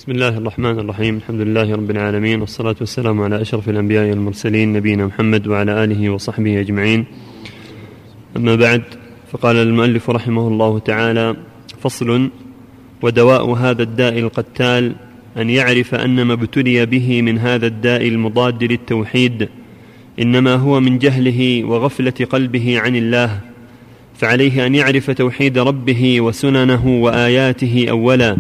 بسم الله الرحمن الرحيم. الحمد لله رب العالمين، والصلاة والسلام على أشرف الأنبياء والمرسلين نبينا محمد وعلى آله وصحبه أجمعين. أما بعد، فقال المؤلف رحمه الله تعالى: فصل: ودواء هذا الداء القتال أن يعرف أن ما ابتلي به من هذا الداء المضاد للتوحيد إنما هو من جهله وغفلة قلبه عن الله، فعليه أن يعرف توحيد ربه وسننه وآياته أولا،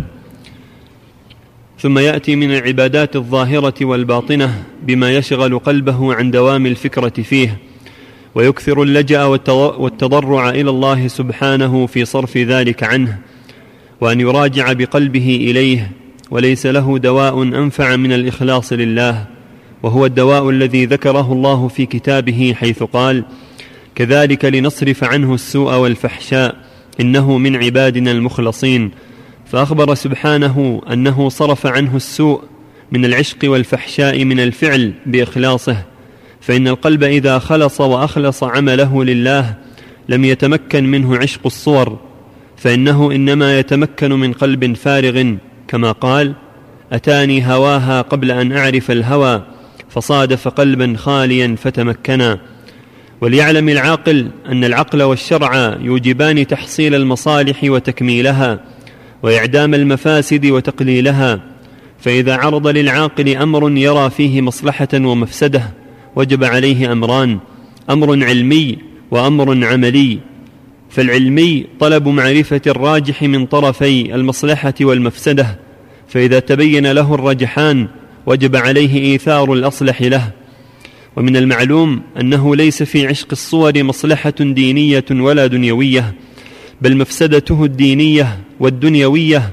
ثم يأتي من العبادات الظاهرة والباطنة بما يشغل قلبه عن دوام الفكرة فيه، ويكثر اللجأ والتضرع إلى الله سبحانه في صرف ذلك عنه، وأن يراجع بقلبه إليه، وليس له دواء أنفع من الإخلاص لله، وهو الدواء الذي ذكره الله في كتابه حيث قال: كذلك لنصرف عنه السوء والفحشاء إنه من عبادنا المخلصين. فأخبر سبحانه أنه صرف عنه السوء من العشق والفحشاء من الفعل بإخلاصه، فإن القلب إذا خلص وأخلص عمله لله لم يتمكن منه عشق الصور، فإنه إنما يتمكن من قلب فارغ، كما قال: أتاني هواها قبل أن أعرف الهوى فصادف قلبا خاليا فتمكنا. وليعلم العاقل أن العقل والشرع يوجبان تحصيل المصالح وتكميلها، وإعدام المفاسد وتقليلها، فإذا عرض للعاقل أمر يرى فيه مصلحة ومفسدة وجب عليه أمران: أمر علمي وأمر عملي. فالعلمي طلب معرفة الراجح من طرفي المصلحة والمفسدة، فإذا تبين له الرجحان وجب عليه إيثار الأصلح له. ومن المعلوم أنه ليس في عشق الصور مصلحة دينية ولا دنيوية، بل مفسدته الدينية والدنيوية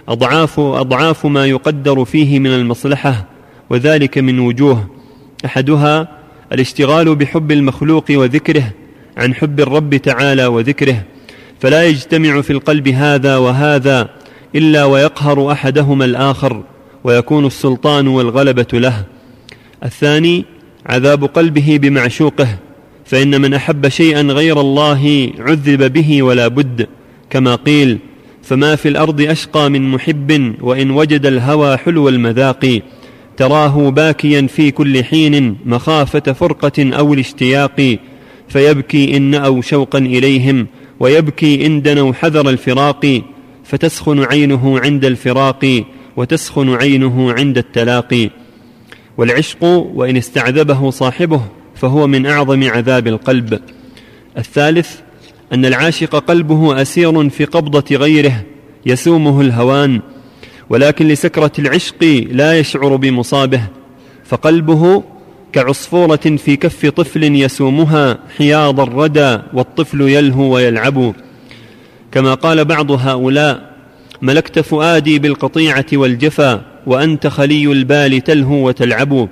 أضعاف ما يقدر فيه من المصلحة، وذلك من وجوه: أحدها الاشتغال بحب المخلوق وذكره عن حب الرب تعالى وذكره، فلا يجتمع في القلب هذا وهذا إلا ويقهر أحدهما الآخر، ويكون السلطان والغلبة له. الثاني عذاب قلبه بمعشوقه، فإن من أحب شيئا غير الله عذب به ولا بد، كما قيل: فما في الأرض أشقى من محب وإن وجد الهوى حلو المذاق، تراه باكيا في كل حين مخافة فرقة أو الاشتياق، فيبكي إن نأوا شوقا إليهم ويبكي إن دنوا حذر الفراق، فتسخن عينه عند الفراق وتسخن عينه عند التلاقي. والعشق وإن استعذبه صاحبه فهو من أعظم عذاب القلب. الثالث أن العاشق قلبه أسير في قبضة غيره يسومه الهوان، ولكن لسكرة العشق لا يشعر بمصابه، فقلبه كعصفورة في كف طفل يسومها حياض الردى والطفل يلهو ويلعب. كما قال بعض هؤلاء: ملكت فؤادي بالقطيعة والجفا وأنت خلي البال تلهو وتلعب.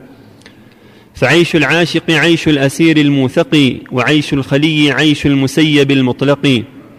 فعيش العاشق عيش الأسير الموثق، وعيش الخلي عيش المسيب المطلق.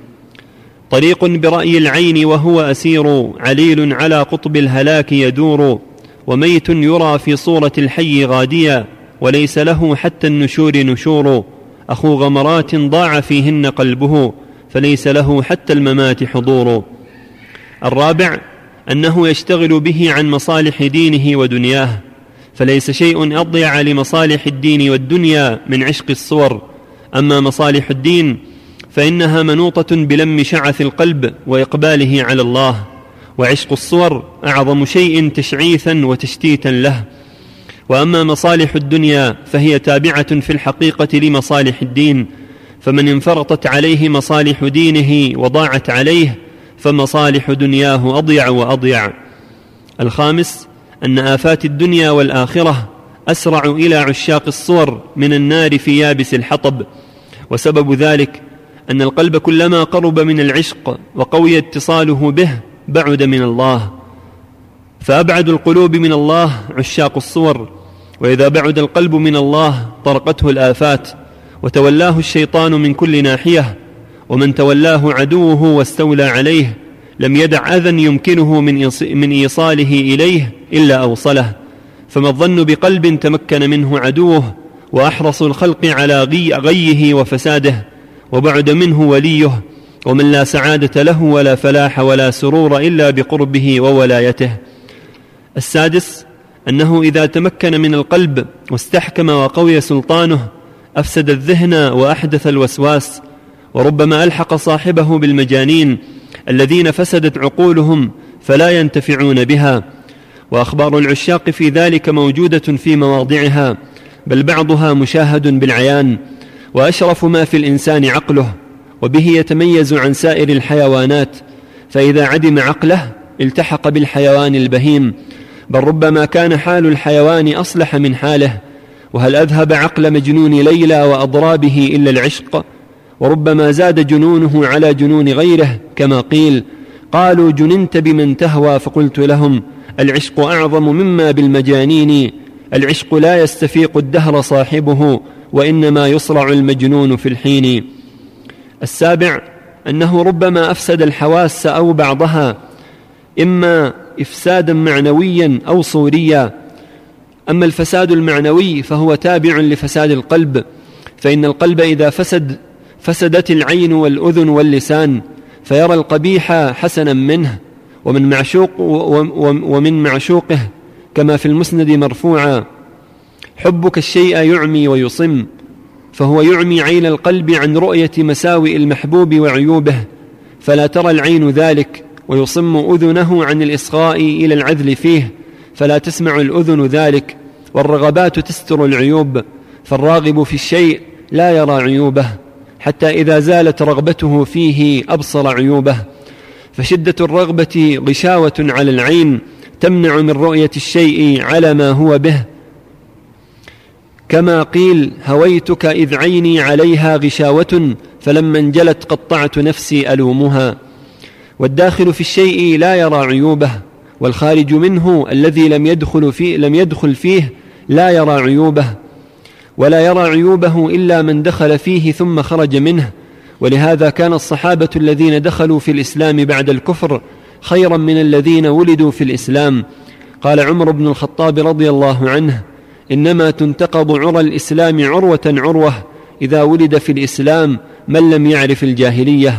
طريق برأي العين وهو أسير، عليل على قطب الهلاك يدور، وميت يرى في صورة الحي غاديا، وليس له حتى النشور نشور، أخو غمرات ضاع فيهن قلبه، فليس له حتى الممات حضور. الرابع أنه يشتغل به عن مصالح دينه ودنياه، فليس شيء أضيع لمصالح الدين والدنيا من عشق الصور. أما مصالح الدين فإنها منوطة بلم شعث القلب وإقباله على الله، وعشق الصور أعظم شيء تشعيثا وتشتيتا له. وأما مصالح الدنيا فهي تابعة في الحقيقة لمصالح الدين، فمن انفرطت عليه مصالح دينه وضاعت عليه فمصالح دنياه أضيع وأضيع. الخامس أن آفات الدنيا والآخرة أسرع إلى عشاق الصور من النار في يابس الحطب، وسبب ذلك أن القلب كلما قرب من العشق وقوي اتصاله به بعد من الله، فأبعد القلوب من الله عشاق الصور، وإذا بعد القلب من الله طرقته الآفات وتولاه الشيطان من كل ناحية، ومن تولاه عدوه واستولى عليه لم يدع أذى يمكنه من إيصاله إليه إلا أوصله. فما الظن بقلب تمكن منه عدوه وأحرص الخلق على غيه وفساده، وبعد منه وليه، ومن لا سعادة له ولا فلاح ولا سرور إلا بقربه وولايته. السادس أنه إذا تمكن من القلب واستحكم وقوي سلطانه أفسد الذهن وأحدث الوسواس، وربما ألحق صاحبه بالمجانين الذين فسدت عقولهم فلا ينتفعون بها. وأخبار العشاق في ذلك موجودة في مواضعها، بل بعضها مشاهد بالعيان. وأشرف ما في الإنسان عقله، وبه يتميز عن سائر الحيوانات، فإذا عدم عقله التحق بالحيوان البهيم، بل ربما كان حال الحيوان أصلح من حاله. وهل أذهب عقل مجنون ليلى وأضرابه إلا العشق؟ وربما زاد جنونه على جنون غيره، كما قيل: قالوا جننت بمن تهوى، فقلت لهم العشق أعظم مما بالمجانين، العشق لا يستفيق الدهر صاحبه، وإنما يصرع المجنون في الحين. السابع أنه ربما أفسد الحواس أو بعضها، إما إفسادا معنويا أو صوريا. أما الفساد المعنوي فهو تابع لفساد القلب، فإن القلب إذا فسدت العين والأذن واللسان، فيرى القبيح حسنا منه ومن معشوقه، كما في المسند مرفوعا: حبك الشيء يعمي ويصم، فهو يعمي عين القلب عن رؤية مساوئ المحبوب وعيوبه، فلا ترى العين ذلك، ويصم أذنه عن الإصغاء إلى العذل فيه، فلا تسمع الأذن ذلك. والرغبات تستر العيوب، فالراغب في الشيء لا يرى عيوبه، حتى إذا زالت رغبته فيه أبصر عيوبه. فشدة الرغبة غشاوة على العين تمنع من رؤية الشيء على ما هو به، كما قيل: هويتك إذ عيني عليها غشاوة، فلما انجلت قطعت نفسي ألومها. والداخل في الشيء لا يرى عيوبه، والخارج منه الذي لم يدخل فيه لا يرى عيوبه، ولا يرى عيوبه إلا من دخل فيه ثم خرج منه. ولهذا كان الصحابة الذين دخلوا في الإسلام بعد الكفر خيرا من الذين ولدوا في الإسلام. قال عمر بن الخطاب رضي الله عنه: إنما تنتقض عرى الإسلام عروة عروة إذا ولد في الإسلام من لم يعرف الجاهلية.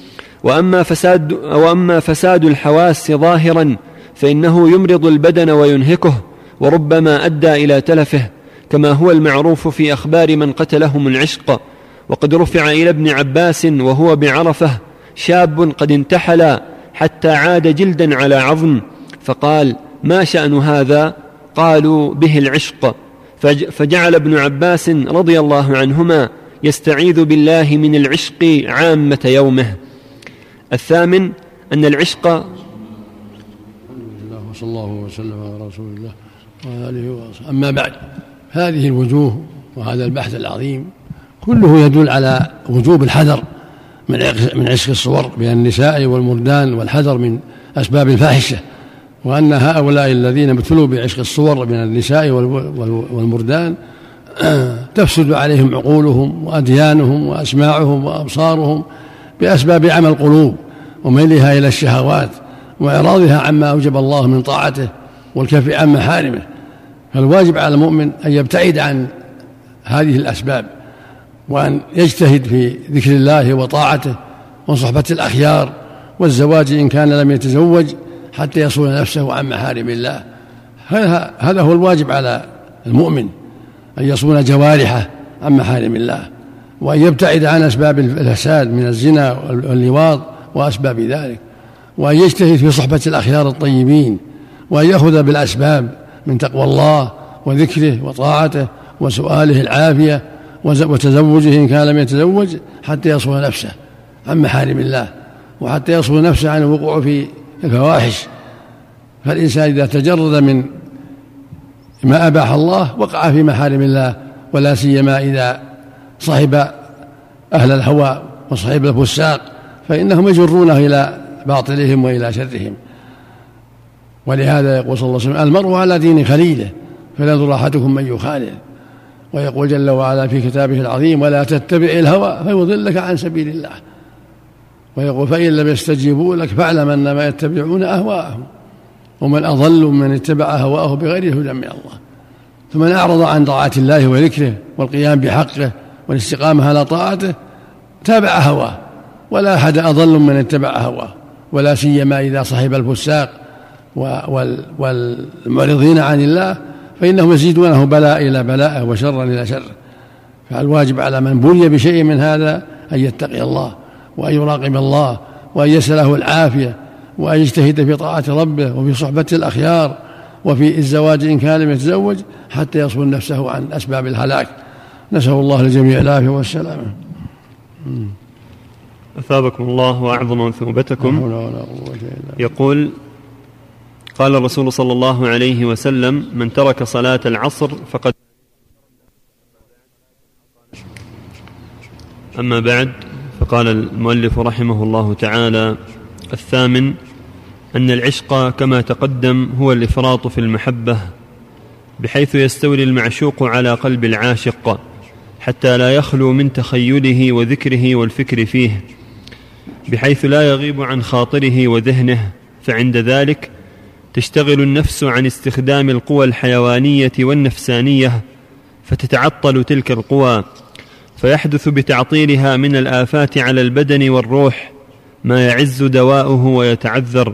وأما فساد الحواس ظاهرا فإنه يمرض البدن وينهكه، وربما أدى إلى تلفه، كما هو المعروف في أخبار من قتلهم العشق. وقد رفع إلى ابن عباس وهو بعرفة شاب قد انتحل حتى عاد جلدا على عظم، فقال: ما شأن هذا؟ قالوا: به العشق. فجعل ابن عباس رضي الله عنهما يستعيذ بالله من العشق عامة يومه. الثامن أن العشق صلى الله وسلم على رسول الله وعلى آله وصحبه. أما بعد، هذه الوجوه وهذا البحث العظيم كله يدل على وجوب الحذر من عشق الصور بين النساء والمردان، والحذر من أسباب الفاحشة، وأن هؤلاء الذين ابتلوا بعشق الصور من النساء والمردان تفسد عليهم عقولهم وأديانهم وأسماعهم وأبصارهم بأسباب عمى القلوب وميلها إلى الشهوات وإعراضها عما أوجب الله من طاعته والكف عن محارمه. فالواجب على المؤمن أن يبتعد عن هذه الأسباب، وأن يجتهد في ذكر الله وطاعته وصحبة الأخيار والزواج إن كان لم يتزوج، حتى يصون نفسه عن محارم الله. هذا هو الواجب على المؤمن، أن يصون جوارحه عن محارم الله، وأن يبتعد عن أسباب الفساد من الزنا واللواط وأسباب ذلك، وأن يجتهد في صحبة الأخيار الطيبين، وأن يأخذ بالأسباب من تقوى الله وذكره وطاعته وسؤاله العافية وتزوجه إن كان لم يتزوج، حتى يصون نفسه عن محارم الله، وحتى يصون نفسه عن الوقوع في الفواحش. فالإنسان إذا تجرد من ما أباح الله وقع في محارم الله، ولا سيما إذا صحب أهل الهوى وصحب الفساق، فإنهم يجرونه إلى باطلهم وإلى شرهم. ولهذا يقول صلى الله عليه وسلم: المرء على دين خليله فلينظر أحدكم من يخالل. ويقول جل وعلا في كتابه العظيم: ولا تتبع الهوى فيضلك عن سبيل الله. ويقول: فإن لم يستجيبوا لك فاعلم أنما يتبعون أهواءهم ومن أضل من اتبع هواه بغير هدى من الله. فمن أعرض عن طاعة الله وذكره والقيام بحقه والاستقامة على طاعته تابع هواه، ولا أحد أضل من اتبع هواه، ولا سيما إذا صحب الفساق والمعرضين عن الله فإنهم يزيدونه بلاء إلى بلاء وشرا إلى شر. فالواجب على من بلي بشيء من هذا أن يتقي الله وأن يراقب الله وأن يسأله العافية وأن يجتهد في طاعة ربه وفي صحبة الأخيار وفي الزواج إن كان لم يتزوج حتى يصون نفسه عن أسباب الهلاك. نسأل الله للجميع العافية والسلامة. أثابكم الله وأعظم مثوبتكم. يقول: قال الرسول صلى الله عليه وسلم: من ترك صلاة العصر فقد. أما بعد، فقال المؤلف رحمه الله تعالى: الثامن أن العشق كما تقدم هو الإفراط في المحبة، بحيث يستولي المعشوق على قلب العاشق حتى لا يخلو من تخيله وذكره والفكر فيه، بحيث لا يغيب عن خاطره وذهنه، فعند ذلك تشتغل النفس عن استخدام القوى الحيوانية والنفسانية فتتعطل تلك القوى، فيحدث بتعطيلها من الآفات على البدن والروح ما يعز دواؤه ويتعذر،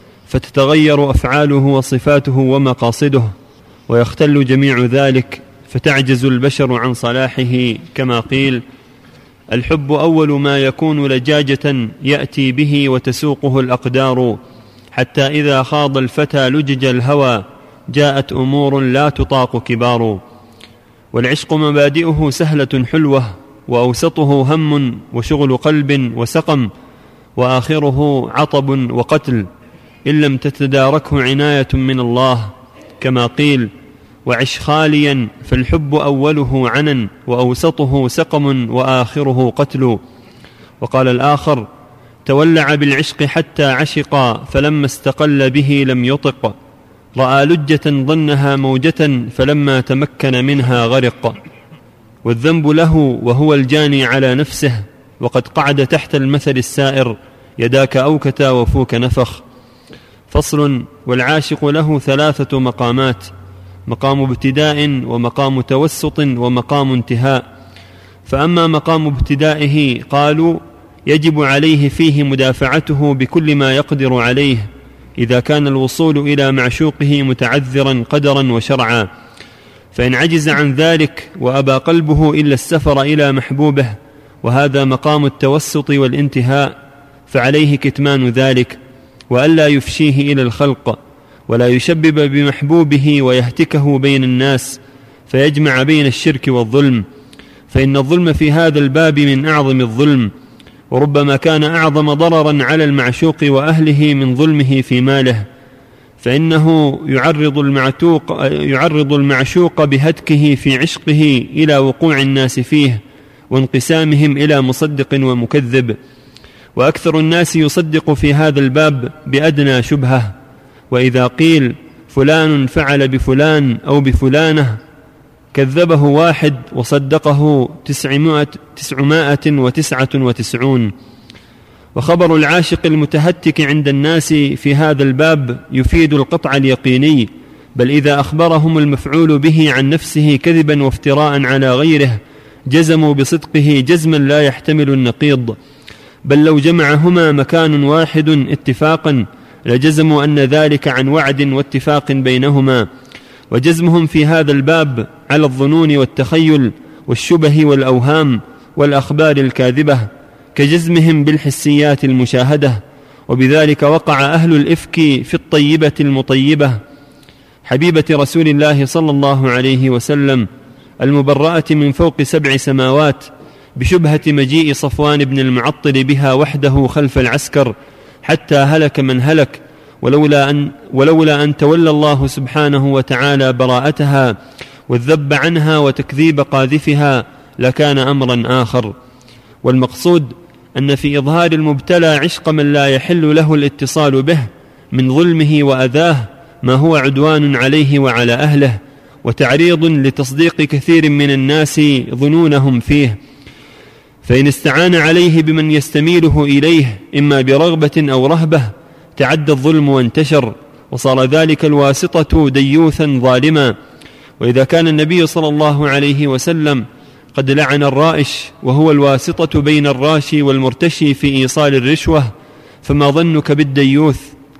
فتتغير أفعاله وصفاته ومقاصده، ويختل جميع ذلك، فتعجز البشر عن صلاحه، كما قيل: الحب أول ما يكون لجاجة يأتي به وتسوقه الأقدار، حتى إذا خاض الفتى لجج الهوى جاءت أمور لا تطاق كبار. والعشق مبادئه سهلة حلوة، وأوسطه هم وشغل قلب وسقم، وآخره عطب وقتل، إن لم تتداركه عناية من الله، كما قيل: وعش خاليا فالحب أوله عنا وأوسطه سقم وآخره قتل. وقال الآخر: تولع بالعشق حتى عشق فلما استقل به لم يطق، رأى لجة ظنها موجة فلما تمكن منها غرق، والذنب له وهو الجاني على نفسه، وقد قعد تحت المثل السائر: يداك أوكتا وفوك نفخ. فصل: والعاشق له 3 مقامات: مقام ابتداء ومقام توسط ومقام انتهاء. فأما مقام ابتدائه قالوا: يجب عليه فيه مدافعته بكل ما يقدر عليه، إذا كان الوصول إلى معشوقه متعذرا قدرا وشرعا، فإن عجز عن ذلك وأبى قلبه إلا السفر إلى محبوبه، وهذا مقام التوسط والانتهاء، فعليه كتمان ذلك، وألا يفشيه إلى الخلق، ولا يشبب بمحبوبه ويهتكه بين الناس فيجمع بين الشرك والظلم، فإن الظلم في هذا الباب من أعظم الظلم، وربما كان أعظم ضررا على المعشوق وأهله من ظلمه في ماله، فإنه يعرض المعشوق بهتكه في عشقه إلى وقوع الناس فيه وانقسامهم إلى مصدق ومكذب، وأكثر الناس يصدق في هذا الباب بأدنى شبهة، وإذا قيل فلان فعل بفلان أو بفلانة كذبه 1 وصدقه 999. وخبر العاشق المتهتك عند الناس في هذا الباب يفيد القطع اليقيني، بل إذا أخبرهم المفعول به عن نفسه كذبا وافتراء على غيره جزموا بصدقه جزما لا يحتمل النقيض، بل لو جمعهما مكان واحد اتفاقا لجزموا أن ذلك عن وعد واتفاق بينهما. وجزمهم في هذا الباب على الظنون والتخيل والشبه والأوهام والأخبار الكاذبة كجزمهم بالحسيات المشاهدة، وبذلك وقع أهل الإفك في الطيبة المطيبة حبيبة رسول الله صلى الله عليه وسلم المبرأة من فوق 7 سماوات بشبهة مجيء صفوان بن المعطل بها وحده خلف العسكر حتى هلك من هلك، ولولا أن تولى الله سبحانه وتعالى براءتها والذب عنها وتكذيب قاذفها لكان أمرا آخر. والمقصود أن في إظهار المبتلى عشق من لا يحل له الاتصال به من ظلمه وأذاه ما هو عدوان عليه وعلى أهله، وتعريض لتصديق كثير من الناس ظنونهم فيه، فإن استعان عليه بمن يستميله إليه إما برغبة أو رهبة تعدى الظلم وانتشر، وصار ذلك الواسطة ديوثا ظالما. وإذا كان النبي صلى الله عليه وسلم قد لعن الرائش وهو الواسطة بين الراشي والمرتشي في إيصال الرشوة، فما ظنك بالديوث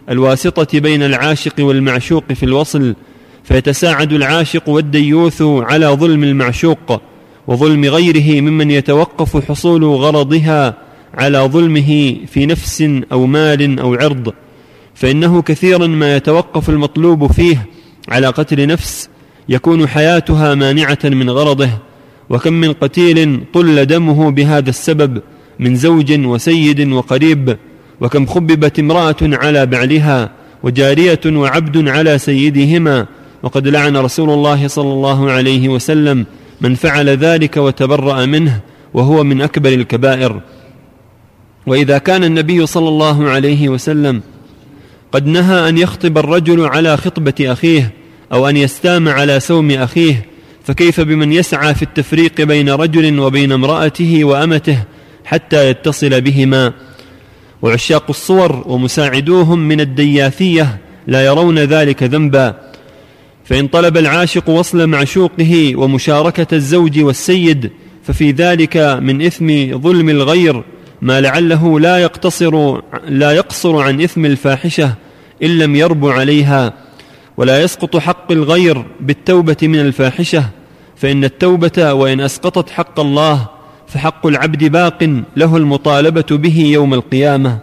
الواسطة بين العاشق والمعشوق في الوصل، فيتساعد العاشق والديوث على ظلم المعشوق وظلم غيره ممن يتوقف حصول غرضها على ظلمه في نفس أو مال أو عرض، فإنه كثيرا ما يتوقف المطلوب فيه على قتل نفس يكون حياتها مانعة من غرضه. وكم من قتيل طل دمه بهذا السبب من زوج وسيد وقريب، وكم خببت امرأة على بعلها وجارية وعبد على سيدهما، وقد لعن رسول الله صلى الله عليه وسلم من فعل ذلك وتبرأ منه، وهو من أكبر الكبائر. وإذا كان النبي صلى الله عليه وسلم قد نهى أن يخطب الرجل على خطبة أخيه أو أن يستام على سوم أخيه، فكيف بمن يسعى في التفريق بين رجل وبين امرأته وأمته حتى يتصل بهما؟ وعشاق الصور ومساعدوهم من الدياثية لا يرون ذلك ذنبا، فإن طلب العاشق وصل معشوقه ومشاركة الزوج والسيد ففي ذلك من إثم ظلم الغير ما لعله لا يقصر عن إثم الفاحشة إن لم يرب عليها. ولا يسقط حق الغير بالتوبة من الفاحشة، فإن التوبة وإن أسقطت حق الله فحق العبد باق له المطالبة به يوم القيامة.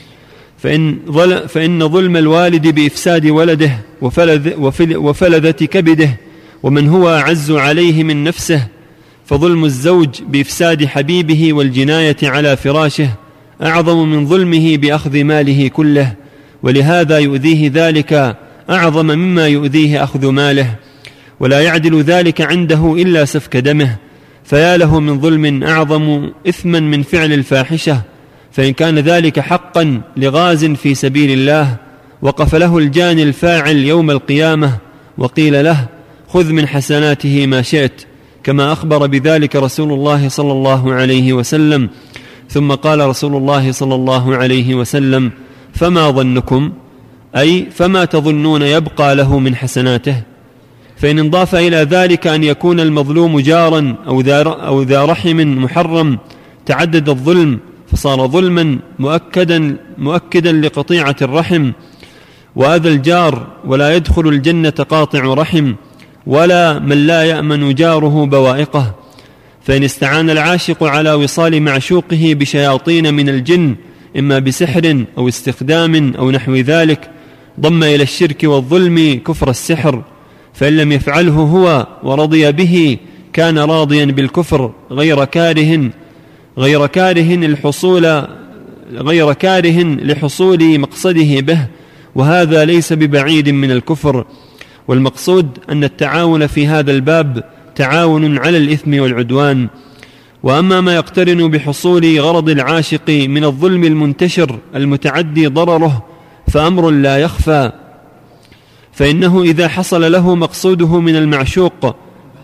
فإن ظلم الوالد بإفساد ولده وفلذة كبده ومن هو أعز عليه من نفسه، فظلم الزوج بإفساد حبيبه والجناية على فراشه أعظم من ظلمه بأخذ ماله كله، ولهذا يؤذيه ذلك أعظم مما يؤذيه أخذ ماله، ولا يعدل ذلك عنده إلا سفك دمه، فيا له من ظلم أعظم إثما من فعل الفاحشة. فإن كان ذلك حقا لغاز في سبيل الله وقف له الجاني الفاعل يوم القيامة وقيل له خذ من حسناته ما شئت، كما أخبر بذلك رسول الله صلى الله عليه وسلم. ثم قال رسول الله صلى الله عليه وسلم فما ظنكم، أي فما تظنون يبقى له من حسناته؟ فإن انضاف إلى ذلك أن يكون المظلوم جارا أو ذا رحم محرم تعدد الظلم فصار ظلما مؤكدا لقطيعة الرحم وأذى الجار، ولا يدخل الجنة قاطع رحم ولا من لا يأمن جاره بوائقه. فإن استعان العاشق على وصال معشوقه بشياطين من الجن إما بسحر أو استخدام أو نحو ذلك ضم إلى الشرك والظلم كفر السحر، فإن لم يفعله هو ورضي به كان راضيا بالكفر غير كاره لحصول مقصده به، وهذا ليس ببعيد من الكفر. والمقصود أن التعاون في هذا الباب تعاون على الإثم والعدوان. وأما ما يقترن بحصول غرض العاشق من الظلم المنتشر المتعدي ضرره فأمر لا يخفى، فإنه إذا حصل له مقصوده من المعشوق.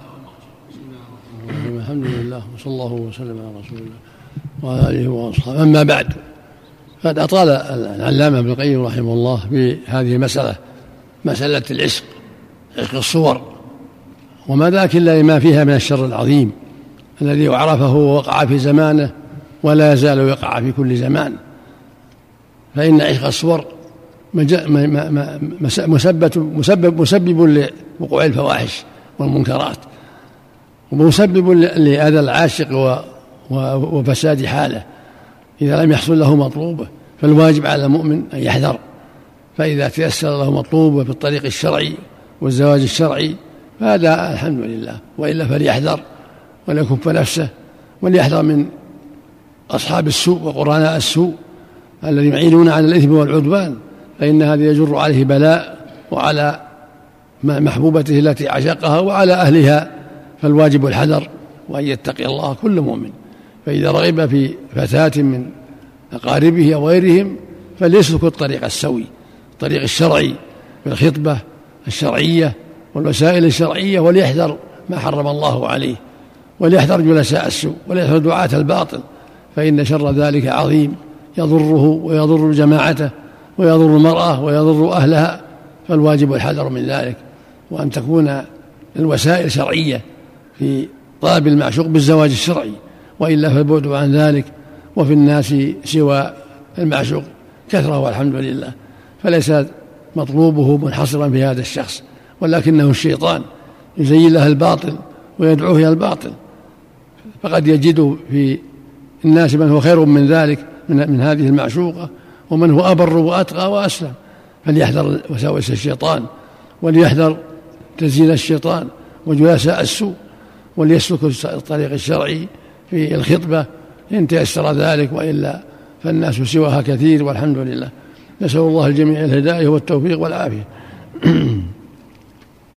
الحمد لله وصلى الله وسلم على رسول الله وعلى آله وأصحابه. أما بعد، قد أطال العلامة ابن القيم رحمه الله في هذه المسألة، مسألة العشق، عشق الصور، وما ذاك إلا لما فيها من الشر العظيم الذي عرفه ووقع في زمانه ولا يزال يقع في كل زمان. فإن عشق الصور مسبب لوقوع الفواحش والمنكرات، ومسبب لأذى العاشق وفساد حاله إذا لم يحصل له مطلوبه. فالواجب على المؤمن أن يحذر، فإذا تيسر له مطلوبه في الطريق الشرعي والزواج الشرعي فهذا الحمد لله، وإلا فليحذر وليكف نفسه، وليحذر من أصحاب السوء وقرناء السوء الذين يعينون على الإثم والعدوان، فإن هذا يجر عليه بلاء وعلى محبوبته التي عشقها وعلى أهلها. فالواجب الحذر وأن يتقي الله كل مؤمن. فإذا رغب في فتاة من أقاربه أو غيرهم فليسلك الطريق السوي، الطريق الشرعي بالخطبة الشرعية والوسائل الشرعية، وليحذر ما حرم الله عليه، وليحذر جلساء السوء، وليحذر دعاة الباطل، فإن شر ذلك عظيم يضره ويضر جماعته ويضر المرأة ويضر أهلها. فالواجب الحذر من ذلك، وأن تكون الوسائل شرعية في طلب المعشوق بالزواج الشرعي، وإلا فالبعد عن ذلك. وفي الناس سوى المعشوق كثرة والحمد لله، فليس مطلوبه منحصرا في هذا الشخص، ولكنه الشيطان يزين له الباطل ويدعوه إلى الباطل، فقد يجد في الناس من هو خير من ذلك من هذه المعشوقة، ومن هو أبر وأتقى وأسلم. فليحذر وساوس الشيطان، وليحذر تزيين الشيطان وجلساء السوء، وليسلك الطريق الشرعي في الخطبة إن تيسر ذلك، وإلا فالناس سواها كثير والحمد لله. نسأل الله الجميع الهداية والتوفيق والعافية.